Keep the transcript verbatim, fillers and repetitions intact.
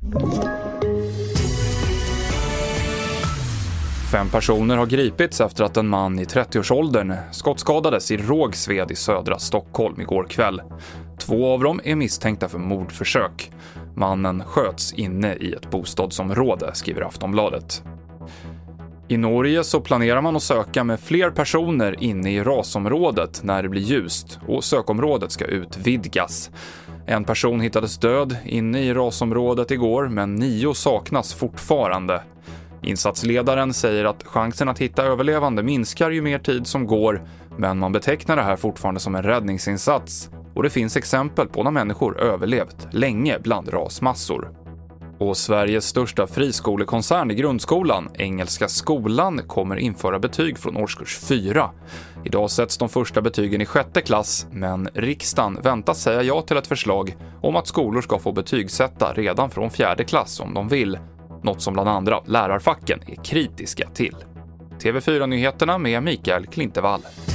Fem personer har gripits efter att en man i trettioårsåldern skottskadades i Rågsved i södra Stockholm igår kväll. Två av dem är misstänkta för mordförsök. Mannen sköts inne i ett bostadsområde, skriver Aftonbladet. I Norge så planerar man att söka med fler personer inne i rasområdet när det blir ljust och sökområdet ska utvidgas. En person hittades död inne i rasområdet igår, men nio saknas fortfarande. Insatsledaren säger att chansen att hitta överlevande minskar ju mer tid som går, men man betecknar det här fortfarande som en räddningsinsats och det finns exempel på när människor överlevt länge bland rasmassor. Och Sveriges största friskolekoncern i grundskolan, Engelska skolan, kommer införa betyg från årskurs fyra. Idag sätts de första betygen i sjätte klass, men riksdagen väntas säga ja till ett förslag om att skolor ska få betygsätta redan från fjärde klass om de vill. Något som bland andra lärarfacken är kritiska till. T V fyra-nyheterna med Mikael Klintevall.